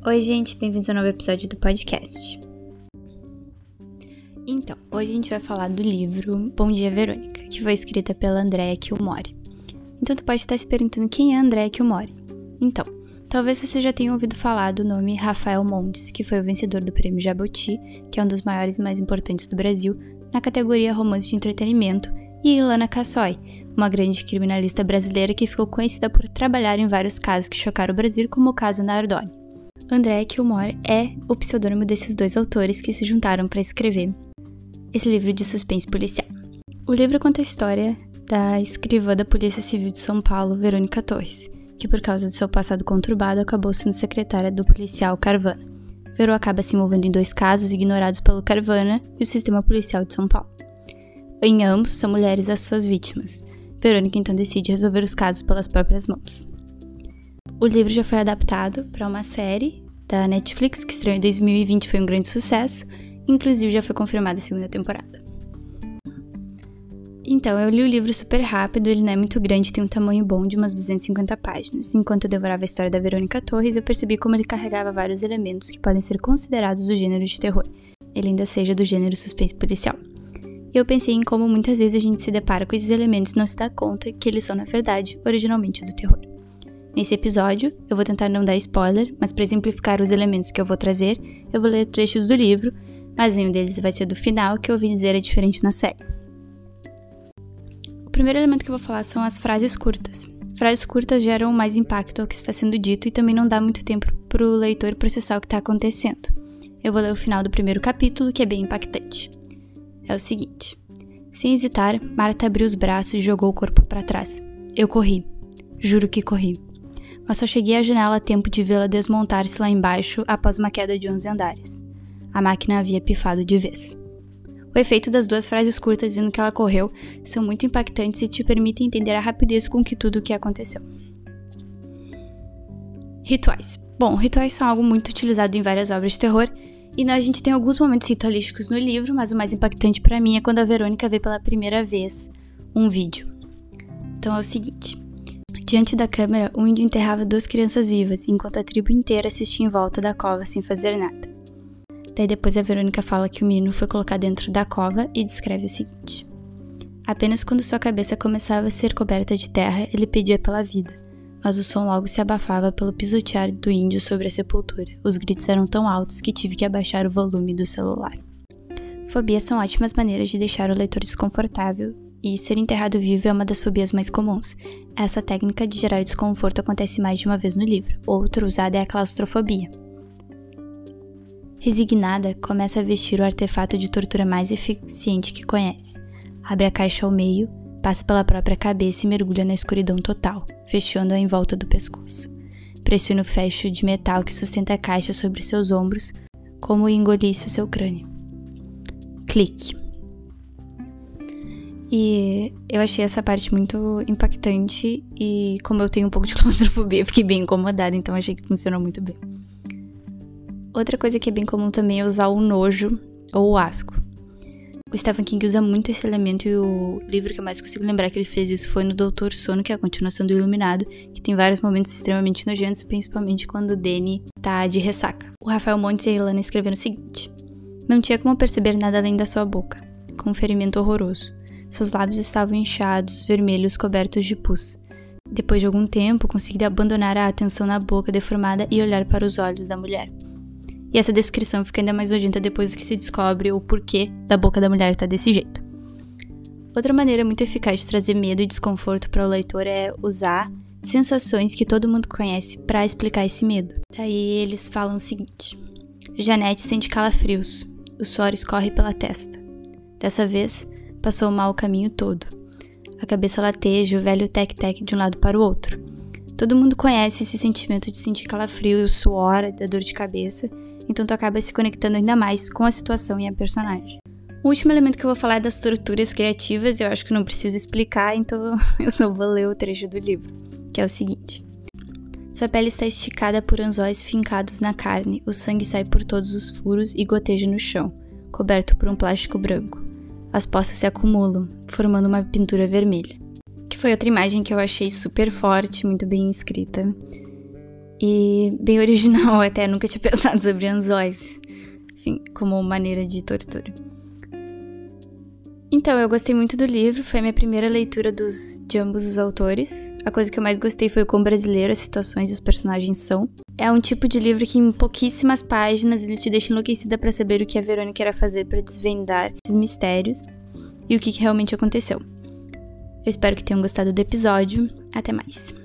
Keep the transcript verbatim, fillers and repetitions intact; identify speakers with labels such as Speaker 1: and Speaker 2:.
Speaker 1: Oi gente, bem-vindos a um novo episódio do podcast. Então, hoje a gente vai falar do livro Bom Dia, Verônica, que foi escrita pela Andrea Kilmore. Então tu pode estar se perguntando quem é a Andrea Kilmore. Então, talvez você já tenha ouvido falar do nome Rafael Montes, que foi o vencedor do Prêmio Jabuti, que é um dos maiores e mais importantes do Brasil, na categoria romance de entretenimento, e Ilana Cassoi, uma grande criminalista brasileira que ficou conhecida por trabalhar em vários casos que chocaram o Brasil, como o caso Nardoni. Andrea Kilmore é o pseudônimo desses dois autores que se juntaram para escrever esse livro de suspense policial. O livro conta a história da escrivã da Polícia Civil de São Paulo, Verônica Torres, que por causa do seu passado conturbado acabou sendo secretária do policial Carvana. Verô acaba se envolvendo em dois casos ignorados pelo Carvana e o sistema policial de São Paulo. Em ambos, são mulheres as suas vítimas. Verônica então decide resolver os casos pelas próprias mãos. O livro já foi adaptado para uma série da Netflix, que estreou em dois mil e vinte e foi um grande sucesso, inclusive já foi confirmada a segunda temporada. Então, eu li o livro super rápido, ele não é muito grande, tem um tamanho bom de umas duzentas e cinquenta páginas. Enquanto eu devorava a história da Verônica Torres, eu percebi como ele carregava vários elementos que podem ser considerados do gênero de terror, ele ainda seja do gênero suspense policial. E eu pensei em como muitas vezes a gente se depara com esses elementos e não se dá conta que eles são, na verdade, originalmente do terror. Nesse episódio, eu vou tentar não dar spoiler, mas para exemplificar os elementos que eu vou trazer, eu vou ler trechos do livro, mas nenhum deles vai ser do final, que eu ouvi dizer é diferente na série. O primeiro elemento que eu vou falar são as frases curtas. Frases curtas geram mais impacto ao que está sendo dito e também não dá muito tempo para o leitor processar o que está acontecendo. Eu vou ler o final do primeiro capítulo, que é bem impactante. É o seguinte: sem hesitar, Marta abriu os braços e jogou o corpo para trás. Eu corri. Juro que corri. Mas só cheguei à janela a tempo de vê-la desmontar-se lá embaixo após uma queda de onze andares. A máquina havia pifado de vez. O efeito das duas frases curtas dizendo que ela correu são muito impactantes e te permitem entender a rapidez com que tudo o que aconteceu. Rituais. Bom, rituais são algo muito utilizado em várias obras de terror, e a gente tem alguns momentos ritualísticos no livro, mas o mais impactante pra mim é quando a Verônica vê pela primeira vez um vídeo. Então é o seguinte: diante da câmera, o índio enterrava duas crianças vivas, enquanto a tribo inteira assistia em volta da cova sem fazer nada. Daí depois a Verônica fala que o menino foi colocado dentro da cova e descreve o seguinte: apenas quando sua cabeça começava a ser coberta de terra, ele pedia pela vida, mas o som logo se abafava pelo pisotear do índio sobre a sepultura. Os gritos eram tão altos que tive que abaixar o volume do celular. Fobias são ótimas maneiras de deixar o leitor desconfortável, e ser enterrado vivo é uma das fobias mais comuns. Essa técnica de gerar desconforto acontece mais de uma vez no livro. Outra usada é a claustrofobia. Resignada, começa a vestir o artefato de tortura mais eficiente que conhece. Abre a caixa ao meio, passa pela própria cabeça e mergulha na escuridão total, fechando-a em volta do pescoço. Pressiona o fecho de metal que sustenta a caixa sobre seus ombros, como engolisse o seu crânio. Clique. E eu achei essa parte muito impactante e, como eu tenho um pouco de claustrofobia, eu fiquei bem incomodada, então achei que funcionou muito bem. Outra coisa que é bem comum também é usar o nojo ou o asco. O Stephen King usa muito esse elemento e o livro que eu mais consigo lembrar que ele fez isso foi no Doutor Sono, que é a continuação do Iluminado, que tem vários momentos extremamente nojentos, principalmente quando o Danny tá de ressaca. O Rafael Montes e a Ilana escreveram o seguinte: não tinha como perceber nada além da sua boca, com um ferimento horroroso. Seus lábios estavam inchados, vermelhos, cobertos de pus. Depois de algum tempo, consegui abandonar a atenção na boca deformada e olhar para os olhos da mulher. E essa descrição fica ainda mais nojenta depois que se descobre o porquê da boca da mulher estar desse jeito. Outra maneira muito eficaz de trazer medo e desconforto para o leitor é usar sensações que todo mundo conhece para explicar esse medo. Daí eles falam o seguinte: Janete sente calafrios, o suor escorre pela testa. Dessa vez, passou mal o caminho todo. A cabeça lateja, o velho tec-tec de um lado para o outro. Todo mundo conhece esse sentimento de sentir calafrio, o suor, da dor de cabeça, então tu acaba se conectando ainda mais com a situação e a personagem. O último elemento que eu vou falar é das torturas criativas, eu acho que não preciso explicar, então eu só vou ler o trecho do livro, que é o seguinte: sua pele está esticada por anzóis fincados na carne, o sangue sai por todos os furos e goteja no chão, coberto por um plástico branco. As poças se acumulam, formando uma pintura vermelha. Que foi outra imagem que eu achei super forte, muito bem escrita. E bem original até, nunca tinha pensado sobre anzóis, enfim, como maneira de tortura. Então, eu gostei muito do livro, foi a minha primeira leitura dos, de ambos os autores. A coisa que eu mais gostei foi o quão brasileiro as situações e os personagens são. É um tipo de livro que em pouquíssimas páginas ele te deixa enlouquecida pra saber o que a Verônica irá fazer pra desvendar esses mistérios e o que, que realmente aconteceu. Eu espero que tenham gostado do episódio. Até mais!